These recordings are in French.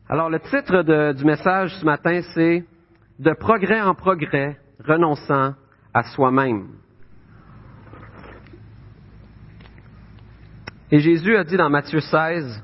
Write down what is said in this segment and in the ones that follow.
Alors, le titre du message ce matin, c'est « De progrès en progrès, renonçant à soi-même ». Et Jésus a dit dans Matthieu 16,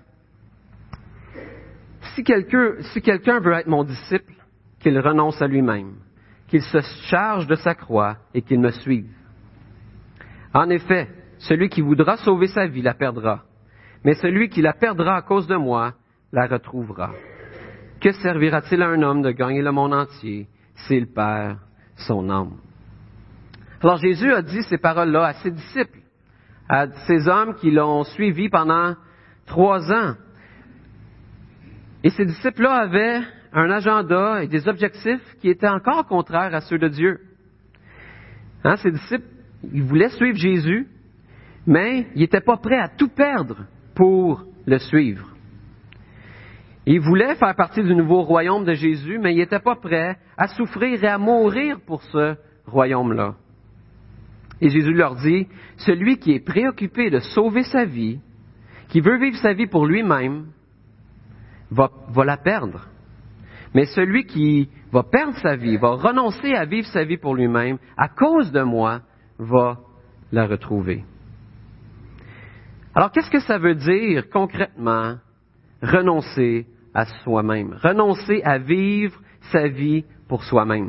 « Si quelqu'un veut être mon disciple, qu'il renonce à lui-même, qu'il se charge de sa croix et qu'il me suive. En effet, celui qui voudra sauver sa vie la perdra, mais celui qui la perdra à cause de moi la retrouvera. Que servira-t-il à un homme de gagner le monde entier s'il perd son âme? » Alors Jésus a dit ces paroles-là à ses disciples, à ces hommes qui l'ont suivi pendant 3 ans. Et ces disciples-là avaient un agenda et des objectifs qui étaient encore contraires à ceux de Dieu. Ces disciples, ils voulaient suivre Jésus, mais ils n'étaient pas prêts à tout perdre pour le suivre. Ils voulaient faire partie du nouveau royaume de Jésus, mais ils n'étaient pas prêts à souffrir et à mourir pour ce royaume-là. Et Jésus leur dit, celui qui est préoccupé de sauver sa vie, qui veut vivre sa vie pour lui-même, va la perdre. Mais celui qui va perdre sa vie, va renoncer à vivre sa vie pour lui-même, à cause de moi, va la retrouver. Alors, qu'est-ce que ça veut dire concrètement, renoncer à soi-même, renoncer à vivre sa vie pour soi-même?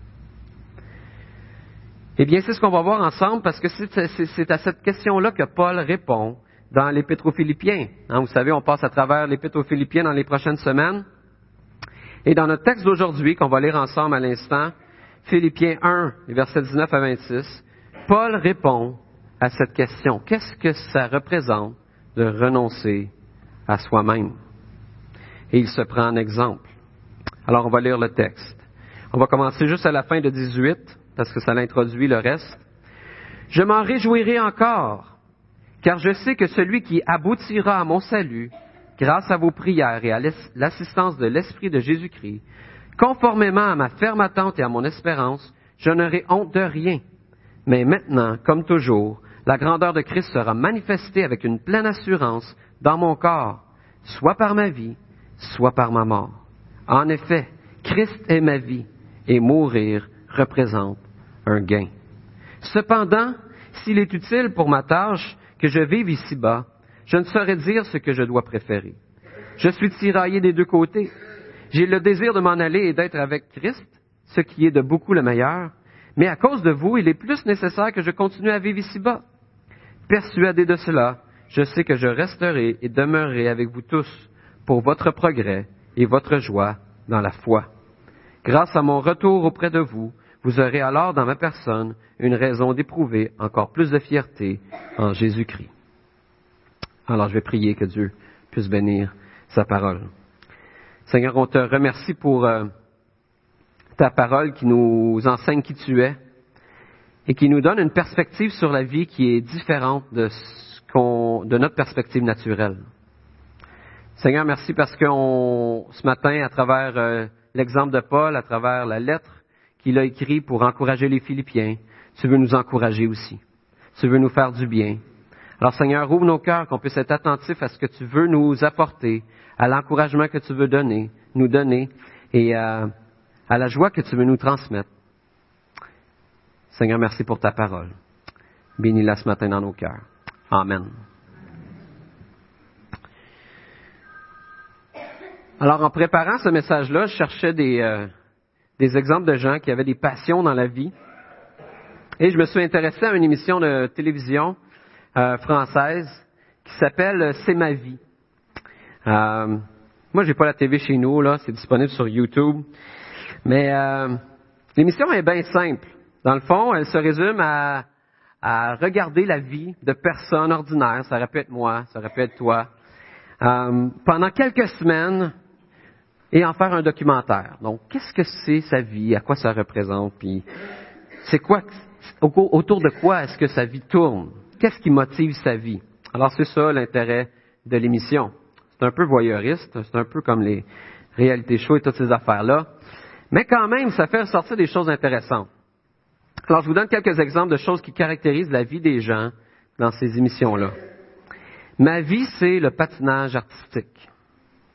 Eh bien, c'est ce qu'on va voir ensemble parce que c'est à cette question-là que Paul répond dans l'Épître aux Philippiens. Vous savez, on passe à travers l'Épître aux Philippiens dans les prochaines semaines. Et dans notre texte d'aujourd'hui, qu'on va lire ensemble à l'instant, Philippiens 1, versets 19 à 26, Paul répond à cette question. Qu'est-ce que ça représente de renoncer à soi-même? Et il se prend en exemple. Alors, on va lire le texte. On va commencer juste à la fin de 18, parce que ça l'introduit le reste. « Je m'en réjouirai encore, car je sais que celui qui aboutira à mon salut, grâce à vos prières et à l'assistance de l'Esprit de Jésus-Christ, conformément à ma ferme attente et à mon espérance, je n'aurai honte de rien. Mais maintenant, comme toujours, la grandeur de Christ sera manifestée avec une pleine assurance dans mon corps, soit par ma vie, soit par ma mort. En effet, Christ est ma vie, et mourir représente un gain. Cependant, s'il est utile pour ma tâche que je vive ici-bas, je ne saurais dire ce que je dois préférer. Je suis tiraillé des 2 côtés. J'ai le désir de m'en aller et d'être avec Christ, ce qui est de beaucoup le meilleur, mais à cause de vous, il est plus nécessaire que je continue à vivre ici-bas. Persuadé de cela, je sais que je resterai et demeurerai avec vous tous pour votre progrès et votre joie dans la foi. Grâce à mon retour auprès de vous, vous aurez alors dans ma personne une raison d'éprouver encore plus de fierté en Jésus-Christ. Alors je vais prier que Dieu puisse bénir sa parole. Seigneur, on te remercie pour ta parole qui nous enseigne qui tu es et qui nous donne une perspective sur la vie qui est différente de notre perspective naturelle. Seigneur, merci parce que ce matin, à travers l'exemple de Paul, à travers la lettre qu'il a écrite pour encourager les Philippiens, tu veux nous encourager aussi. Tu veux nous faire du bien. Alors Seigneur, ouvre nos cœurs qu'on puisse être attentifs à ce que tu veux nous apporter, à l'encouragement que tu veux nous donner et à la joie que tu veux nous transmettre. Seigneur, merci pour ta parole. Bénis-la ce matin dans nos cœurs. Amen. Alors, en préparant ce message-là, je cherchais des exemples de gens qui avaient des passions dans la vie. Et je me suis intéressé à une émission de télévision française qui s'appelle « C'est ma vie ». Moi, j'ai pas la TV chez nous, là, c'est disponible sur YouTube. Mais l'émission est bien simple. Dans le fond, elle se résume à regarder la vie de personnes ordinaires. Ça aurait pu être moi, ça aurait pu être toi. Pendant quelques semaines, et en faire un documentaire. Donc, qu'est-ce que c'est sa vie, à quoi ça représente, puis c'est quoi, autour de quoi est-ce que sa vie tourne? Qu'est-ce qui motive sa vie? Alors, c'est ça l'intérêt de l'émission. C'est un peu voyeuriste, c'est un peu comme les réalités shows et toutes ces affaires-là. Mais quand même, ça fait ressortir des choses intéressantes. Alors, je vous donne quelques exemples de choses qui caractérisent la vie des gens dans ces émissions-là. Ma vie, c'est le patinage artistique.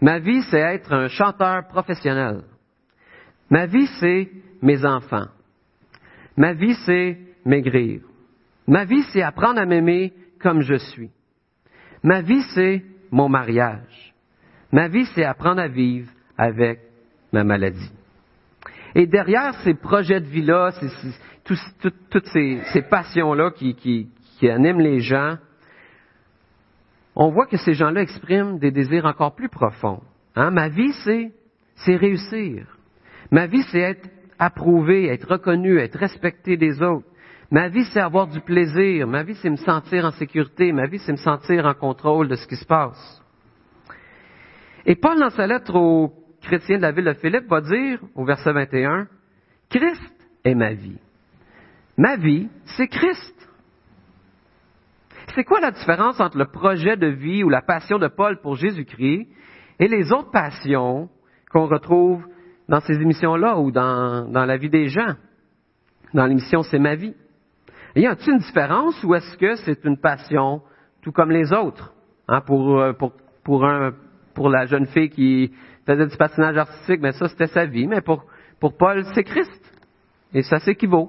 Ma vie, c'est être un chanteur professionnel. Ma vie, c'est mes enfants. Ma vie, c'est maigrir. Ma vie, c'est apprendre à m'aimer comme je suis. Ma vie, c'est mon mariage. Ma vie, c'est apprendre à vivre avec ma maladie. Et derrière ces projets de vie-là, toutes ces passions-là qui animent les gens, on voit que ces gens-là expriment des désirs encore plus profonds. Ma vie, c'est réussir. Ma vie, c'est être approuvé, être reconnu, être respecté des autres. Ma vie, c'est avoir du plaisir. Ma vie, c'est me sentir en sécurité. Ma vie, c'est me sentir en contrôle de ce qui se passe. Et Paul, dans sa lettre aux chrétiens de la ville de Philippe, va dire, au verset 21, « Christ est ma vie. Ma vie, c'est Christ. » C'est quoi la différence entre le projet de vie ou la passion de Paul pour Jésus-Christ et les autres passions qu'on retrouve dans ces émissions-là ou dans la vie des gens? Dans l'émission « C'est ma vie ». Y a-t-il une différence ou est-ce que c'est une passion tout comme les autres? Pour la jeune fille qui faisait du patinage artistique, mais ça c'était sa vie. Mais pour Paul, c'est Christ. Et ça s'équivaut.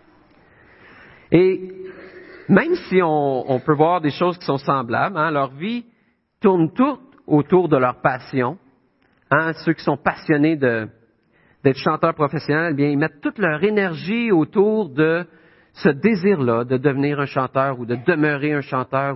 Et même si on peut voir des choses qui sont semblables, leur vie tourne toute autour de leur passion. Ceux qui sont passionnés d'être chanteurs professionnels, eh bien, ils mettent toute leur énergie autour de ce désir-là de devenir un chanteur ou de demeurer un chanteur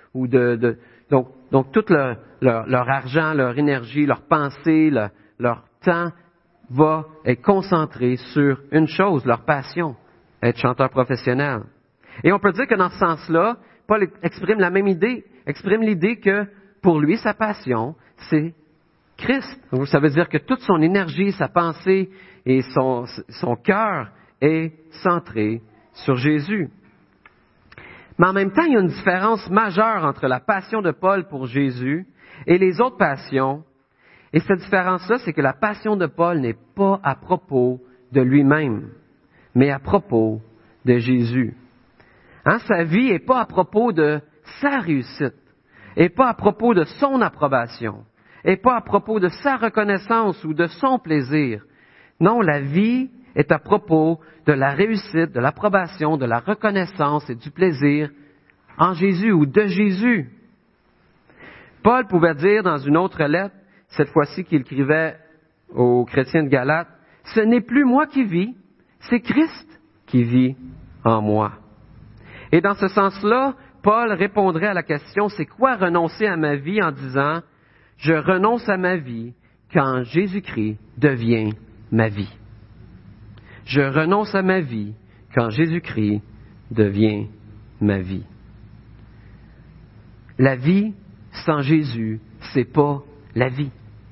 donc tout leur argent, leur énergie, leur pensée, leur temps va être concentré sur une chose, leur passion, être chanteur professionnel. Et on peut dire que dans ce sens-là, Paul exprime la même idée, exprime l'idée que pour lui, sa passion, c'est Christ. Donc, ça veut dire que toute son énergie, sa pensée et son cœur est centré sur Jésus. Mais en même temps, il y a une différence majeure entre la passion de Paul pour Jésus et les autres passions. Et cette différence-là, c'est que la passion de Paul n'est pas à propos de lui-même, mais à propos de Jésus. Sa vie n'est pas à propos de sa réussite, et pas à propos de son approbation, et pas à propos de sa reconnaissance ou de son plaisir. Non, la vie est à propos de la réussite, de l'approbation, de la reconnaissance et du plaisir en Jésus ou de Jésus. Paul pouvait dire dans une autre lettre, cette fois-ci qu'il écrivait aux chrétiens de Galate, « Ce n'est plus moi qui vis, c'est Christ qui vit en moi. » Et dans ce sens-là, Paul répondrait à la question, c'est quoi renoncer à ma vie en disant, « Je renonce à ma vie quand Jésus-Christ devient ma vie. » Je renonce à ma vie quand Jésus-Christ devient ma vie. La vie sans Jésus, c'est pas la vie.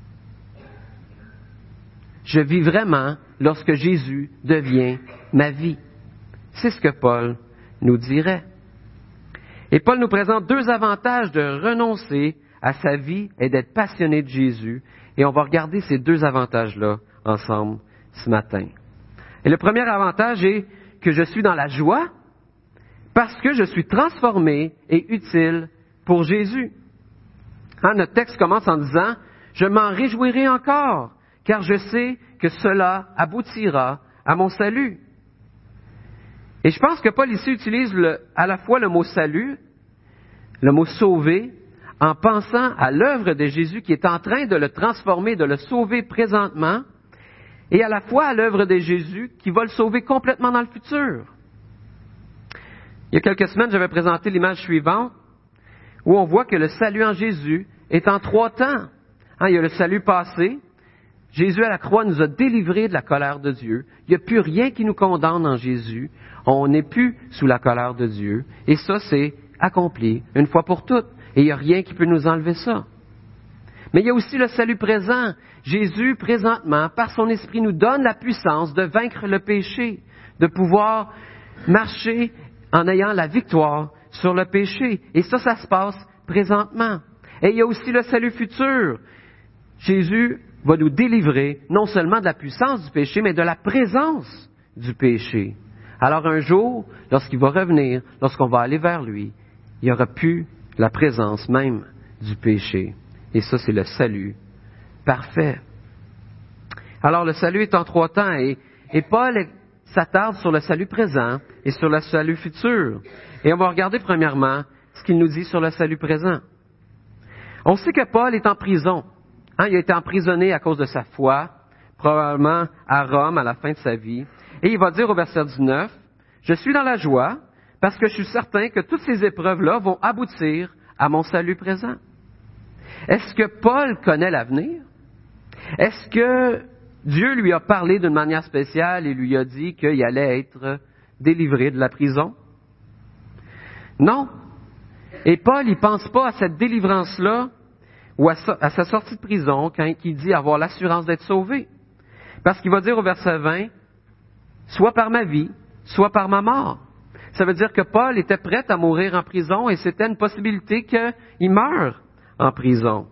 Je vis vraiment lorsque Jésus devient ma vie. C'est ce que Paul nous dirait. Et Paul nous présente deux avantages de renoncer à sa vie et d'être passionné de Jésus. Et on va regarder ces deux avantages-là ensemble ce matin. Et le premier avantage est que je suis dans la joie parce que je suis transformé et utile pour Jésus. Notre texte commence en disant « Je m'en réjouirai encore, car je sais que cela aboutira à mon salut. » Et je pense que Paul ici utilise à la fois le mot « salut », le mot « sauver », en pensant à l'œuvre de Jésus qui est en train de le transformer, de le sauver présentement, et à la fois à l'œuvre de Jésus qui va le sauver complètement dans le futur. Il y a quelques semaines, j'avais présenté l'image suivante, où on voit que le salut en Jésus est en 3 temps. Il y a le salut passé. Jésus à la croix nous a délivrés de la colère de Dieu. Il n'y a plus rien qui nous condamne en Jésus. On n'est plus sous la colère de Dieu. Et ça, c'est accompli une fois pour toutes. Et il n'y a rien qui peut nous enlever ça. Mais il y a aussi le salut présent. Jésus, présentement, par son Esprit, nous donne la puissance de vaincre le péché, de pouvoir marcher en ayant la victoire sur le péché. Et ça se passe présentement. Et il y a aussi le salut futur. Jésus va nous délivrer non seulement de la puissance du péché, mais de la présence du péché. Alors un jour, lorsqu'il va revenir, lorsqu'on va aller vers lui, il n'y aura plus la présence même du péché. Et ça, c'est le salut parfait. Alors le salut est en 3 temps et Paul s'attarde sur le salut présent et sur le salut futur. Et on va regarder premièrement ce qu'il nous dit sur le salut présent. On sait que Paul est en prison. Il a été emprisonné à cause de sa foi, probablement à Rome à la fin de sa vie. Et il va dire au verset 19, « Je suis dans la joie parce que je suis certain que toutes ces épreuves-là vont aboutir à mon salut présent. » Est-ce que Paul connaît l'avenir? Est-ce que Dieu lui a parlé d'une manière spéciale et lui a dit qu'il allait être délivré de la prison? Non. Et Paul, il pense pas à cette délivrance-là ou à sa sortie de prison quand il dit avoir l'assurance d'être sauvé. Parce qu'il va dire au verset 20, « Soit par ma vie, soit par ma mort. » Ça veut dire que Paul était prêt à mourir en prison et c'était une possibilité qu'il meure en prison.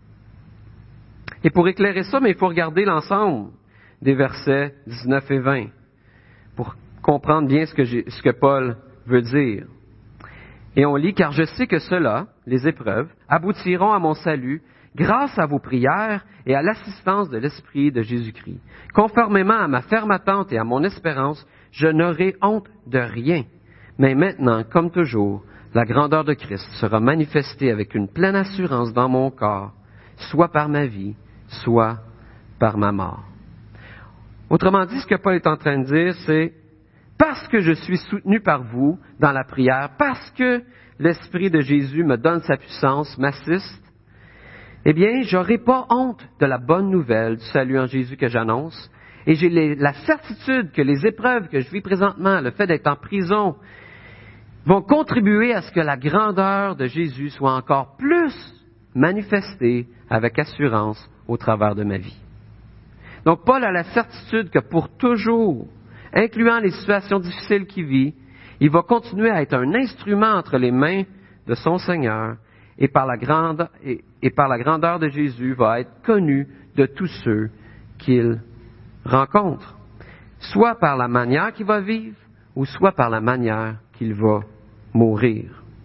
Et pour éclairer ça, il faut regarder l'ensemble des versets 19 et 20 pour comprendre bien ce que Paul veut dire. Et on lit, « Car je sais que cela, les épreuves, aboutiront à mon salut grâce à vos prières et à l'assistance de l'Esprit de Jésus-Christ. Conformément à ma ferme attente et à mon espérance, je n'aurai honte de rien. Mais maintenant, comme toujours, la grandeur de Christ sera manifestée avec une pleine assurance dans mon corps, soit par ma vie, soit par ma mort. » Autrement dit, ce que Paul est en train de dire, c'est « Parce que je suis soutenu par vous dans la prière, parce que l'Esprit de Jésus me donne sa puissance, m'assiste, eh bien, j'aurai pas honte de la bonne nouvelle du salut en Jésus que j'annonce, et j'ai la certitude que les épreuves que je vis présentement, le fait d'être en prison, vont contribuer à ce que la grandeur de Jésus soit encore plus manifestée avec assurance au travers de ma vie. » Donc, Paul a la certitude que pour toujours, incluant les situations difficiles qu'il vit, il va continuer à être un instrument entre les mains de son Seigneur et par la grandeur de Jésus va être connu de tous ceux qu'il rencontre, soit par la manière qu'il va vivre ou soit par la manière qu'il va mourir.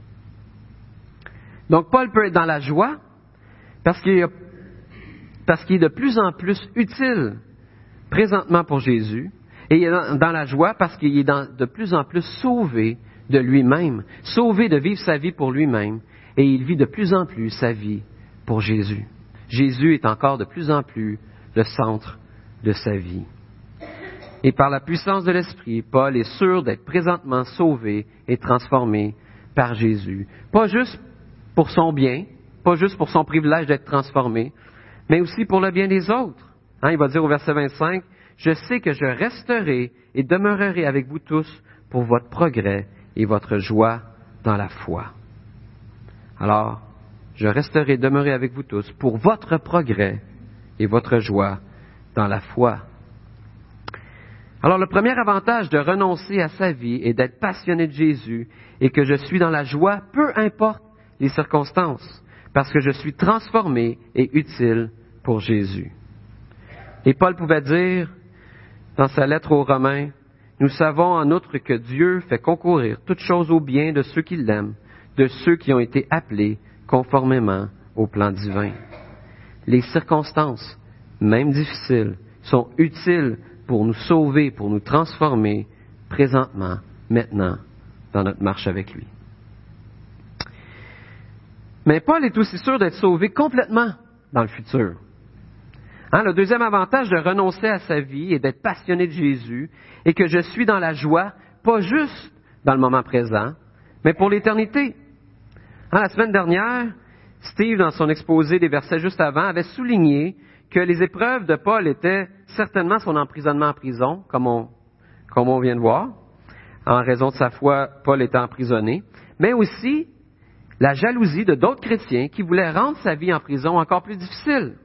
Donc, Paul peut être dans la joie parce qu'il est de plus en plus utile présentement pour Jésus, et il est dans la joie parce qu'il est de plus en plus sauvé de lui-même, sauvé de vivre sa vie pour lui-même, et il vit de plus en plus sa vie pour Jésus. Jésus est encore de plus en plus le centre de sa vie. Et par la puissance de l'Esprit, Paul est sûr d'être présentement sauvé et transformé par Jésus. Pas juste pour son bien, pas juste pour son privilège d'être transformé, mais aussi pour le bien des autres. Il va dire au verset 25, « Je sais que je resterai et demeurerai avec vous tous pour votre progrès et votre joie dans la foi. » Alors, je resterai et demeurerai avec vous tous pour votre progrès et votre joie dans la foi. Alors, le premier avantage de renoncer à sa vie et d'être passionné de Jésus est que je suis dans la joie, peu importe les circonstances, parce que je suis transformé et utile pour Jésus. Et Paul pouvait dire, dans sa lettre aux Romains, « Nous savons en outre que Dieu fait concourir toutes choses au bien de ceux qui l'aiment, de ceux qui ont été appelés conformément au plan divin. » Les circonstances, même difficiles, sont utiles pour nous sauver, pour nous transformer présentement, maintenant, dans notre marche avec lui. Mais Paul est aussi sûr d'être sauvé complètement dans le futur. Le deuxième avantage de renoncer à sa vie et d'être passionné de Jésus est que je suis dans la joie, pas juste dans le moment présent, mais pour l'éternité. La semaine dernière, Steve, dans son exposé des versets juste avant, avait souligné que les épreuves de Paul étaient certainement son emprisonnement en prison, comme on vient de voir. En raison de sa foi, Paul était emprisonné, mais aussi la jalousie de d'autres chrétiens qui voulaient rendre sa vie en prison encore plus difficile.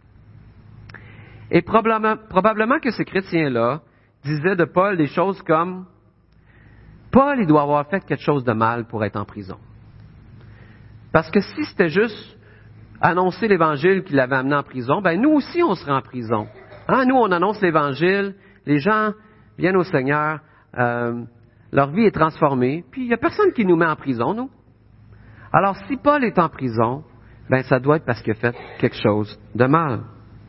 Et probablement que ces chrétiens-là disaient de Paul des choses comme « Paul, il doit avoir fait quelque chose de mal pour être en prison. » Parce que si c'était juste annoncer l'Évangile qui l'avait amené en prison, nous aussi on serait en prison. Nous, on annonce l'Évangile, les gens viennent au Seigneur, leur vie est transformée, puis il n'y a personne qui nous met en prison, nous. Alors, si Paul est en prison, ça doit être parce qu'il a fait quelque chose de mal.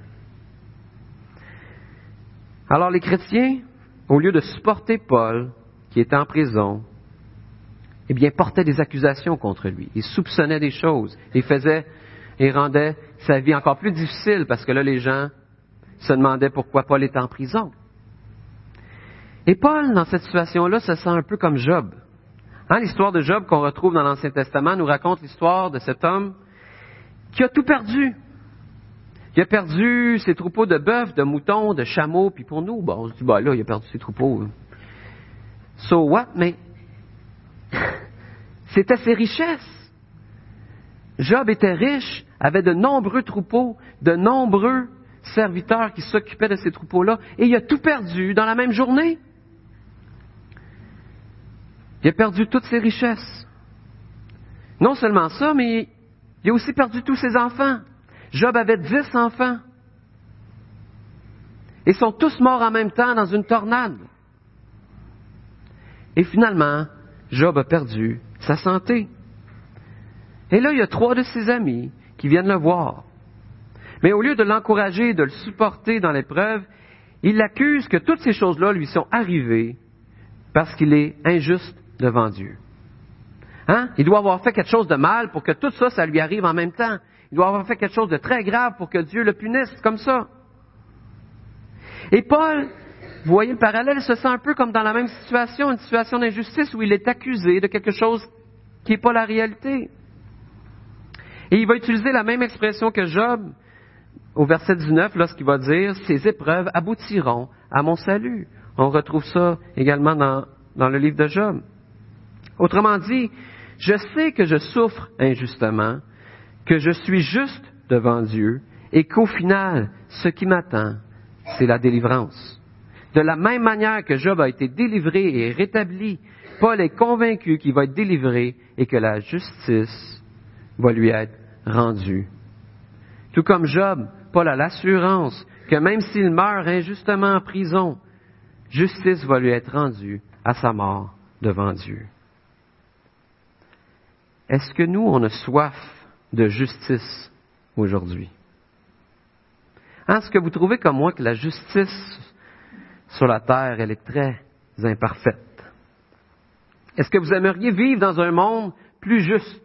Alors les chrétiens, au lieu de supporter Paul, qui était en prison, eh bien, portaient des accusations contre lui. Ils soupçonnaient des choses. Ils rendaient sa vie encore plus difficile parce que là, les gens se demandaient pourquoi Paul était en prison. Et Paul, dans cette situation-là, se sent un peu comme Job. L'histoire de Job qu'on retrouve dans l'Ancien Testament nous raconte l'histoire de cet homme qui a tout perdu. Il a perdu ses troupeaux de bœufs, de moutons, de chameaux, puis pour nous, on se dit, là, il a perdu ses troupeaux. So what? Mais c'était ses richesses. Job était riche, avait de nombreux troupeaux, de nombreux serviteurs qui s'occupaient de ces troupeaux-là, et il a tout perdu dans la même journée. Il a perdu toutes ses richesses. Non seulement ça, mais il a aussi perdu tous ses enfants. Job avait 10 enfants. Ils sont tous morts en même temps dans une tornade. Et finalement, Job a perdu sa santé. Et là, il y a 3 de ses amis qui viennent le voir. Mais au lieu de l'encourager, de le supporter dans l'épreuve, il l'accuse que toutes ces choses-là lui sont arrivées parce qu'il est injuste devant Dieu. Il doit avoir fait quelque chose de mal pour que tout ça, ça lui arrive en même temps. Il doit avoir fait quelque chose de très grave pour que Dieu le punisse comme ça. Et Paul, vous voyez le parallèle, se sent un peu comme dans la même situation, une situation d'injustice où il est accusé de quelque chose qui n'est pas la réalité. Et il va utiliser la même expression que Job au verset 19 lorsqu'il va dire « Ces épreuves aboutiront à mon salut ». On retrouve ça également dans le livre de Job. Autrement dit, je sais que je souffre injustement, que je suis juste devant Dieu et qu'au final, ce qui m'attend, c'est la délivrance. De la même manière que Job a été délivré et rétabli, Paul est convaincu qu'il va être délivré et que la justice va lui être rendue. Tout comme Job, Paul a l'assurance que même s'il meurt injustement en prison, justice va lui être rendue à sa mort devant Dieu. Est-ce que nous, on a soif de justice aujourd'hui? Est-ce que vous trouvez comme moi que la justice sur la terre, elle est très imparfaite? Est-ce que vous aimeriez vivre dans un monde plus juste?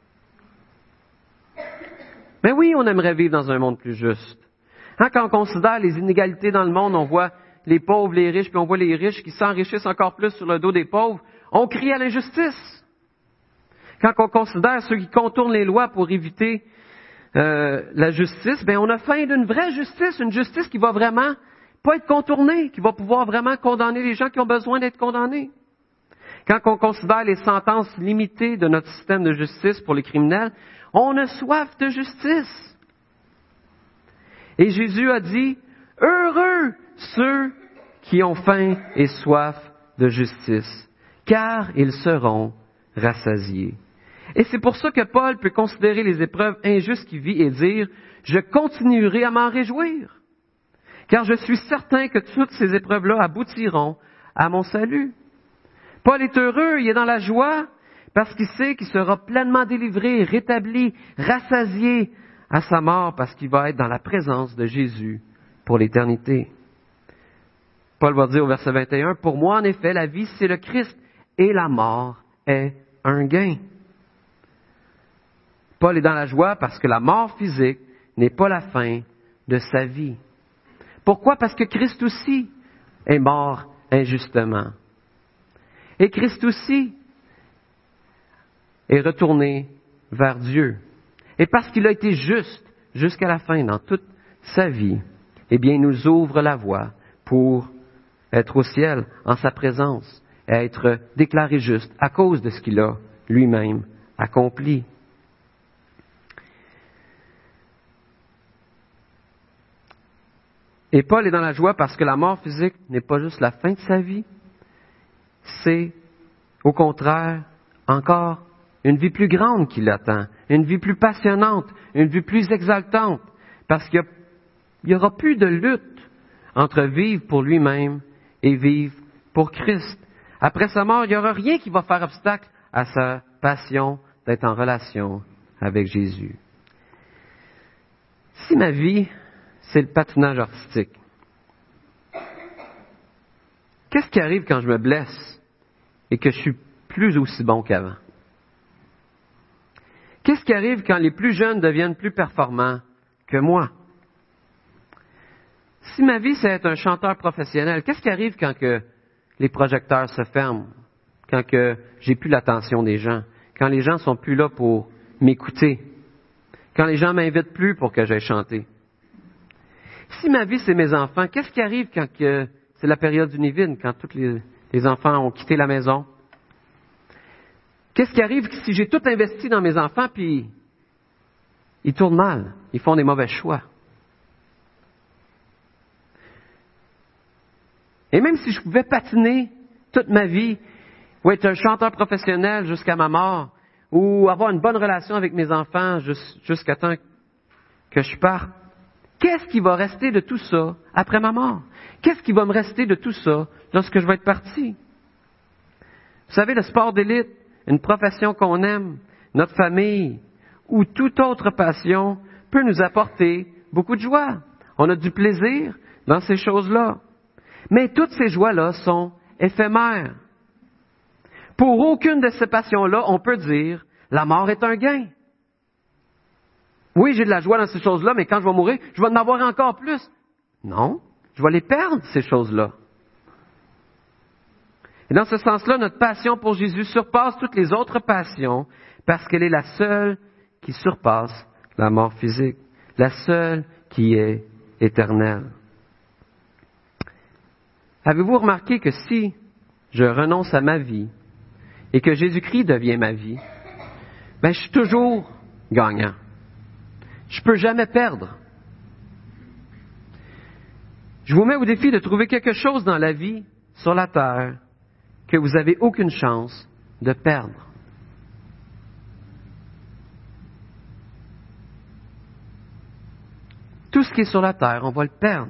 Mais oui, on aimerait vivre dans un monde plus juste. Quand on considère les inégalités dans le monde, on voit les pauvres, les riches, puis on voit les riches qui s'enrichissent encore plus sur le dos des pauvres, on crie à l'injustice. Quand on considère ceux qui contournent les lois pour éviter la justice, on a faim d'une vraie justice, une justice qui va vraiment pas être contournée, qui va pouvoir vraiment condamner les gens qui ont besoin d'être condamnés. Quand on considère les sentences limitées de notre système de justice pour les criminels, on a soif de justice. Et Jésus a dit, « Heureux ceux qui ont faim et soif de justice, car ils seront rassasiés. » Et c'est pour ça que Paul peut considérer les épreuves injustes qu'il vit et dire, « Je continuerai à m'en réjouir, car je suis certain que toutes ces épreuves-là aboutiront à mon salut. » Paul est heureux, il est dans la joie, parce qu'il sait qu'il sera pleinement délivré, rétabli, rassasié à sa mort, parce qu'il va être dans la présence de Jésus pour l'éternité. Paul va dire au verset 21, « Pour moi, en effet, la vie, c'est le Christ, et la mort est un gain. » Paul est dans la joie parce que la mort physique n'est pas la fin de sa vie. Pourquoi? Parce que Christ aussi est mort injustement. Et Christ aussi est retourné vers Dieu. Et parce qu'il a été juste jusqu'à la fin dans toute sa vie, eh bien, il nous ouvre la voie pour être au ciel en sa présence et être déclaré juste à cause de ce qu'il a lui-même accompli. Et Paul est dans la joie parce que la mort physique n'est pas juste la fin de sa vie, c'est au contraire encore une vie plus grande qui l'attend, une vie plus passionnante, une vie plus exaltante, parce qu'il n'y aura plus de lutte entre vivre pour lui-même et vivre pour Christ. Après sa mort, il n'y aura rien qui va faire obstacle à sa passion d'être en relation avec Jésus. Si ma vie, c'est le patinage artistique, Qu'est-ce qui arrive quand je me blesse et que je suis plus aussi bon qu'avant? Qu'est-ce qui arrive quand les plus jeunes deviennent plus performants que moi? Si ma vie, c'est être un chanteur professionnel, qu'est-ce qui arrive quand que les projecteurs se ferment? Quand que j'ai plus l'attention des gens? Quand les gens sont plus là pour m'écouter? Quand les gens m'invitent plus pour que j'aille chanter? Si ma vie, c'est mes enfants, qu'est-ce qui arrive quand que c'est la période du Nivine, quand tous les enfants ont quitté la maison? Qu'est-ce qui arrive si j'ai tout investi dans mes enfants, puis ils tournent mal, ils font des mauvais choix? Et même si je pouvais patiner toute ma vie, ou être un chanteur professionnel jusqu'à ma mort, ou avoir une bonne relation avec mes enfants jusqu'à temps que je parte, qu'est-ce qui va rester de tout ça après ma mort? Qu'est-ce qui va me rester de tout ça lorsque je vais être parti? Vous savez, le sport d'élite, une profession qu'on aime, notre famille ou toute autre passion peut nous apporter beaucoup de joie. On a du plaisir dans ces choses-là. Mais toutes ces joies-là sont éphémères. Pour aucune de ces passions-là, on peut dire, la mort est un gain. Oui, j'ai de la joie dans ces choses-là, mais quand je vais mourir, je vais en avoir encore plus. Non, je vais les perdre, ces choses-là. Et dans ce sens-là, notre passion pour Jésus surpasse toutes les autres passions parce qu'elle est la seule qui surpasse la mort physique, la seule qui est éternelle. Avez-vous remarqué que si je renonce à ma vie et que Jésus-Christ devient ma vie, je suis toujours gagnant. Je ne peux jamais perdre. Je vous mets au défi de trouver quelque chose dans la vie, sur la terre, que vous n'avez aucune chance de perdre. Tout ce qui est sur la terre, on va le perdre.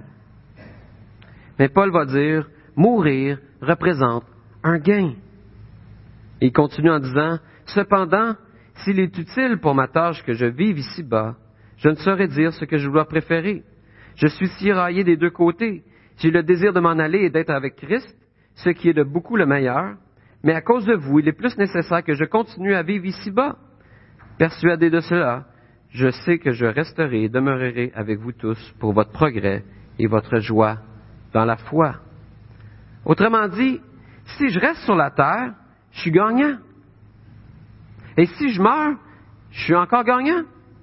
Mais Paul va dire, mourir représente un gain. Et il continue en disant, cependant, s'il est utile pour ma tâche que je vive ici-bas, je ne saurais dire ce que je dois préférer. Je suis tiraillé des deux côtés. J'ai le désir de m'en aller et d'être avec Christ, ce qui est de beaucoup le meilleur, mais à cause de vous, il est plus nécessaire que je continue à vivre ici-bas. Persuadé de cela, je sais que je resterai et demeurerai avec vous tous pour votre progrès et votre joie dans la foi. Autrement dit, si je reste sur la terre, je suis gagnant. Et si je meurs, je suis encore gagnant.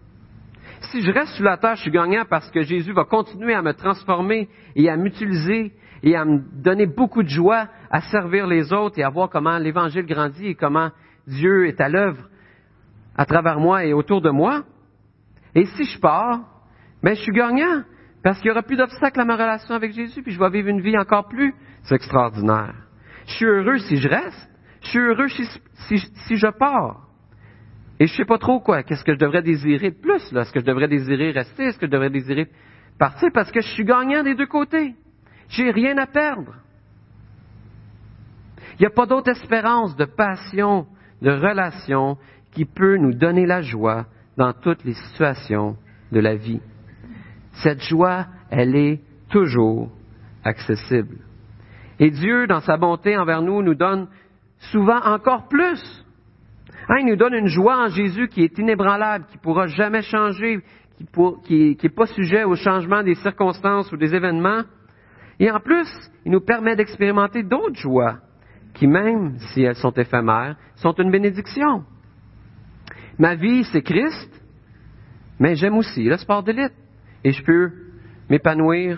Si je reste sur la terre, je suis gagnant parce que Jésus va continuer à me transformer et à m'utiliser et à me donner beaucoup de joie à servir les autres et à voir comment l'Évangile grandit et comment Dieu est à l'œuvre à travers moi et autour de moi. Et si je pars, je suis gagnant parce qu'il n'y aura plus d'obstacles à ma relation avec Jésus puis je vais vivre une vie encore plus extraordinaire. Je suis heureux si je reste. Je suis heureux si je pars. Et je ne sais pas trop qu'est-ce que je devrais désirer de plus, là? Est-ce que je devrais désirer rester? Est-ce que je devrais désirer partir? Parce que je suis gagnant des deux côtés. J'ai rien à perdre. Il n'y a pas d'autre espérance de passion, de relation qui peut nous donner la joie dans toutes les situations de la vie. Cette joie, elle est toujours accessible. Et Dieu, dans sa bonté envers nous, nous donne souvent encore plus. Il nous donne une joie en Jésus qui est inébranlable, qui ne pourra jamais changer, qui n'est pas sujet au changement des circonstances ou des événements. Et en plus, il nous permet d'expérimenter d'autres joies qui, même si elles sont éphémères, sont une bénédiction. Ma vie, c'est Christ, mais j'aime aussi le sport d'élite. Et je peux m'épanouir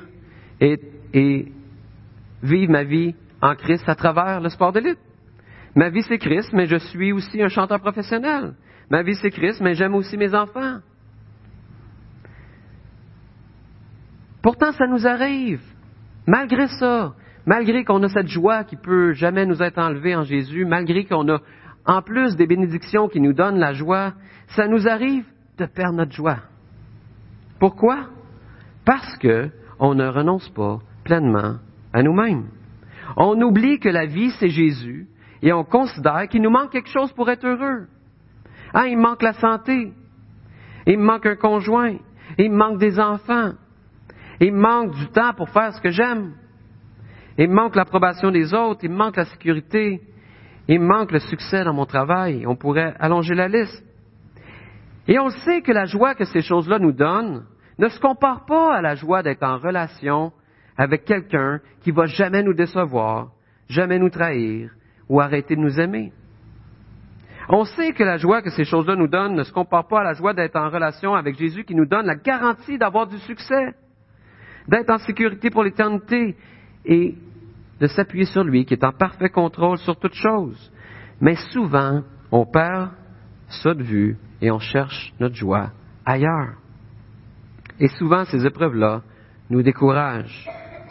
et vivre ma vie en Christ à travers le sport d'élite. Ma vie, c'est Christ, mais je suis aussi un chanteur professionnel. Ma vie, c'est Christ, mais j'aime aussi mes enfants. Pourtant, ça nous arrive. Malgré ça, malgré qu'on a cette joie qui peut jamais nous être enlevée en Jésus, malgré qu'on a en plus des bénédictions qui nous donnent la joie, ça nous arrive de perdre notre joie. Pourquoi? Parce que on ne renonce pas pleinement à nous-mêmes. On oublie que la vie, c'est Jésus, et on considère qu'il nous manque quelque chose pour être heureux. Il me manque la santé, il me manque un conjoint, il me manque des enfants, il me manque du temps pour faire ce que j'aime. Il me manque l'approbation des autres, il me manque la sécurité, il me manque le succès dans mon travail. On pourrait allonger la liste. Et on sait que la joie que ces choses-là nous donnent ne se compare pas à la joie d'être en relation avec quelqu'un qui va jamais nous décevoir, jamais nous trahir ou arrêter de nous aimer. On sait que la joie que ces choses-là nous donnent ne se compare pas à la joie d'être en relation avec Jésus qui nous donne la garantie d'avoir du succès, d'être en sécurité pour l'éternité et de s'appuyer sur lui qui est en parfait contrôle sur toutes choses. Mais souvent, on perd ça de vue et on cherche notre joie ailleurs. Et souvent, ces épreuves-là nous découragent.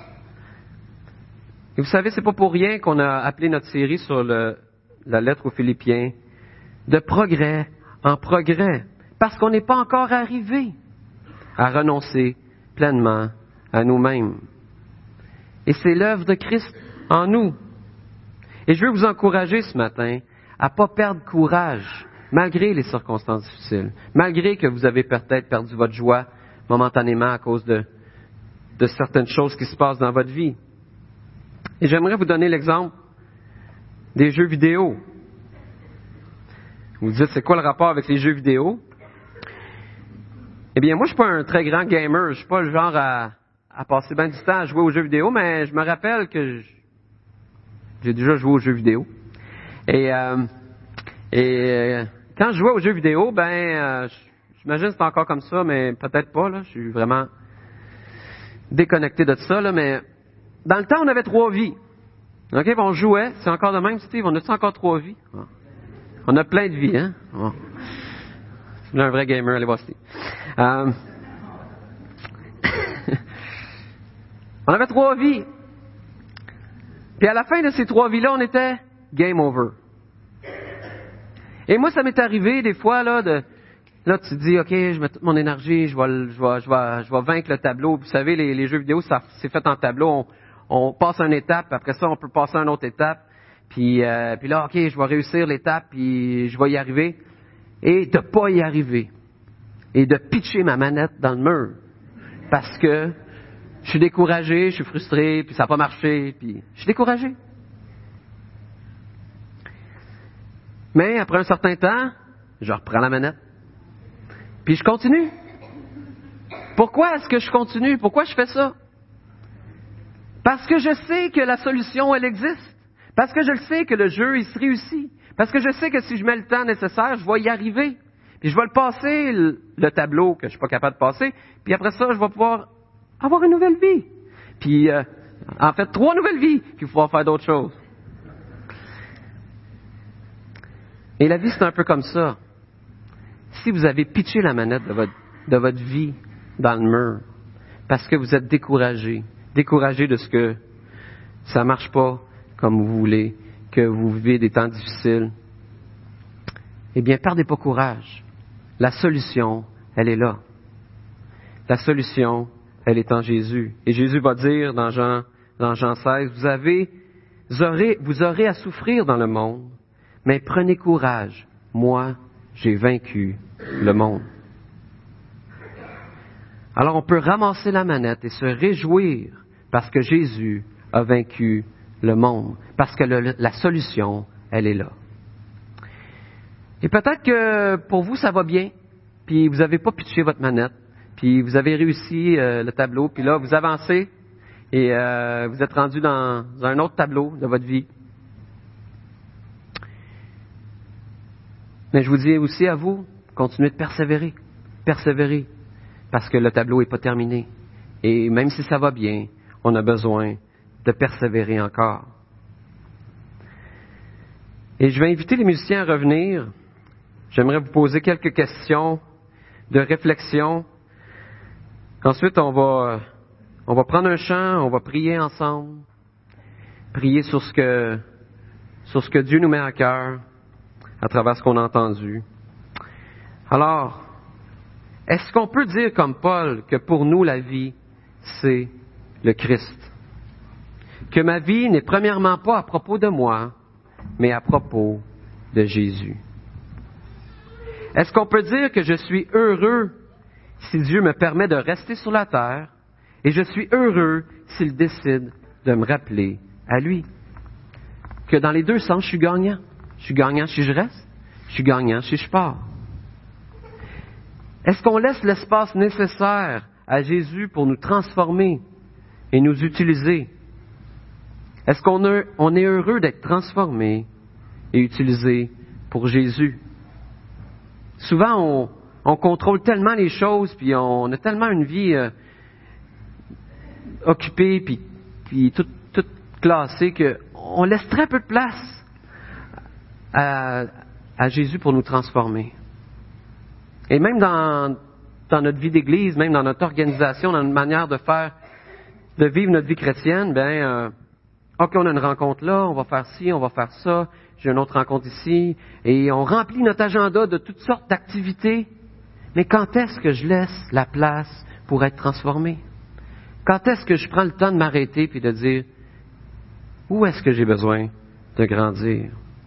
Et vous savez, c'est pas pour rien qu'on a appelé notre série sur la lettre aux Philippiens de progrès en progrès, parce qu'on n'est pas encore arrivé à renoncer pleinement à nous-mêmes. Et c'est l'œuvre de Christ en nous. Et je veux vous encourager ce matin à ne pas perdre courage, malgré les circonstances difficiles, malgré que vous avez peut-être perdu votre joie momentanément à cause de certaines choses qui se passent dans votre vie. Et j'aimerais vous donner l'exemple des jeux vidéo. Vous vous dites, c'est quoi le rapport avec les jeux vidéo? Eh bien, moi, je suis pas un très grand gamer. Je suis pas le genre à passer bien du temps à jouer aux jeux vidéo, mais je me rappelle que j'ai déjà joué aux jeux vidéo. Et quand je jouais aux jeux vidéo, j'imagine que c'est encore comme ça, mais peut-être pas, là. Je suis vraiment déconnecté de ça, là, mais dans le temps, on avait 3 vies. OK, on jouait. C'est encore de même, Steve? On a-tu encore 3 vies? Ah. On a plein de vies, hein? Bon. C'est un vrai gamer, allez voir Steve. On avait 3 vies. Puis à la fin de ces 3 vies-là, on était game over. Et moi, ça m'est arrivé des fois, là, tu te dis, OK, je mets toute mon énergie, je vais vaincre le tableau. Vous savez, les jeux vidéo, ça c'est fait en tableau. On passe une étape, après ça, on peut passer à une autre étape. Puis là, OK, je vais réussir l'étape, puis je vais y arriver. Et de pas y arriver. Et de pitcher ma manette dans le mur. Parce que je suis découragé, je suis frustré, puis ça n'a pas marché, puis je suis découragé. Mais après un certain temps, je reprends la manette. Puis je continue. Pourquoi est-ce que je continue? Pourquoi je fais ça? Parce que je sais que la solution, elle existe. Parce que je le sais que le jeu, il se réussit. Parce que je sais que si je mets le temps nécessaire, je vais y arriver. Puis je vais le passer, le tableau que je suis pas capable de passer. Puis après ça, je vais pouvoir avoir une nouvelle vie. Puis, en fait, 3 nouvelles vies, puis pouvoir faire d'autres choses. Et la vie, c'est un peu comme ça. Si vous avez pitché la manette de votre vie dans le mur, parce que vous êtes découragé de ce que ça marche pas comme vous voulez, que vous vivez des temps difficiles, eh bien, perdez pas courage. La solution, elle est là. La solution, elle est en Jésus. Et Jésus va dire dans Jean 16, vous aurez à souffrir dans le monde, mais prenez courage. Moi, j'ai vaincu le monde. Alors, on peut ramasser la manette et se réjouir parce que Jésus a vaincu le monde. Parce que la solution, elle est là. Et peut-être que pour vous, ça va bien, puis vous n'avez pas pitché votre manette, puis vous avez réussi le tableau, puis là, vous avancez et vous êtes rendu dans un autre tableau de votre vie. Mais je vous dis aussi à vous, continuez de persévérer. Persévérer, parce que le tableau n'est pas terminé. Et même si ça va bien, on a besoin de persévérer encore. Et je vais inviter les musiciens à revenir. J'aimerais vous poser quelques questions de réflexion. Ensuite, on va prendre un chant, on va prier ensemble. Prier sur ce que Dieu nous met à cœur à travers ce qu'on a entendu. Alors, est-ce qu'on peut dire comme Paul que pour nous la vie, c'est le Christ? Que ma vie n'est premièrement pas à propos de moi, mais à propos de Jésus. Est-ce qu'on peut dire que je suis heureux si Dieu me permet de rester sur la terre et je suis heureux s'il décide de me rappeler à lui. Que dans les deux sens, je suis gagnant. Je suis gagnant si je reste, je suis gagnant si je pars. Est-ce qu'on laisse l'espace nécessaire à Jésus pour nous transformer et nous utiliser? Est-ce qu'on est heureux d'être transformé et utilisé pour Jésus? Souvent, on contrôle tellement les choses, puis on a tellement une vie occupée, puis toute classée, qu'on laisse très peu de place à Jésus pour nous transformer. Et même dans notre vie d'Église, même dans notre organisation, dans notre manière de vivre notre vie chrétienne, OK, on a une rencontre là, on va faire ci, on va faire ça, j'ai une autre rencontre ici, et on remplit notre agenda de toutes sortes d'activités. Mais quand est-ce que je laisse la place pour être transformé? Quand est-ce que je prends le temps de m'arrêter puis de dire, où est-ce que j'ai besoin de grandir?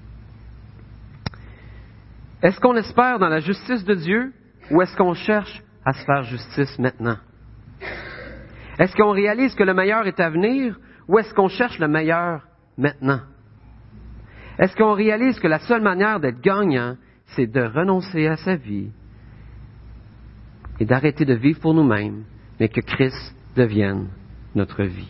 Est-ce qu'on espère dans la justice de Dieu ou est-ce qu'on cherche à se faire justice maintenant? Est-ce qu'on réalise que le meilleur est à venir ou est-ce qu'on cherche le meilleur maintenant? Est-ce qu'on réalise que la seule manière d'être gagnant, c'est de renoncer à sa vie et d'arrêter de vivre pour nous-mêmes, mais que Christ devienne notre vie?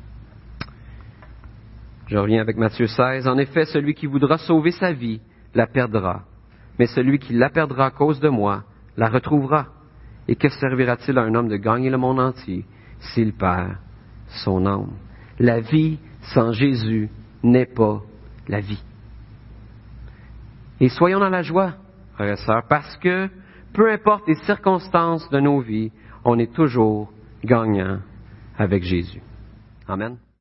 Je reviens avec Matthieu 16. En effet, celui qui voudra sauver sa vie la perdra, mais celui qui la perdra à cause de moi la retrouvera. Et que servira-t-il à un homme de gagner le monde entier s'il perd son âme? La vie sans Jésus n'est pas la vie. Et soyons dans la joie, frères et sœurs, parce que peu importe les circonstances de nos vies, on est toujours gagnant avec Jésus. Amen.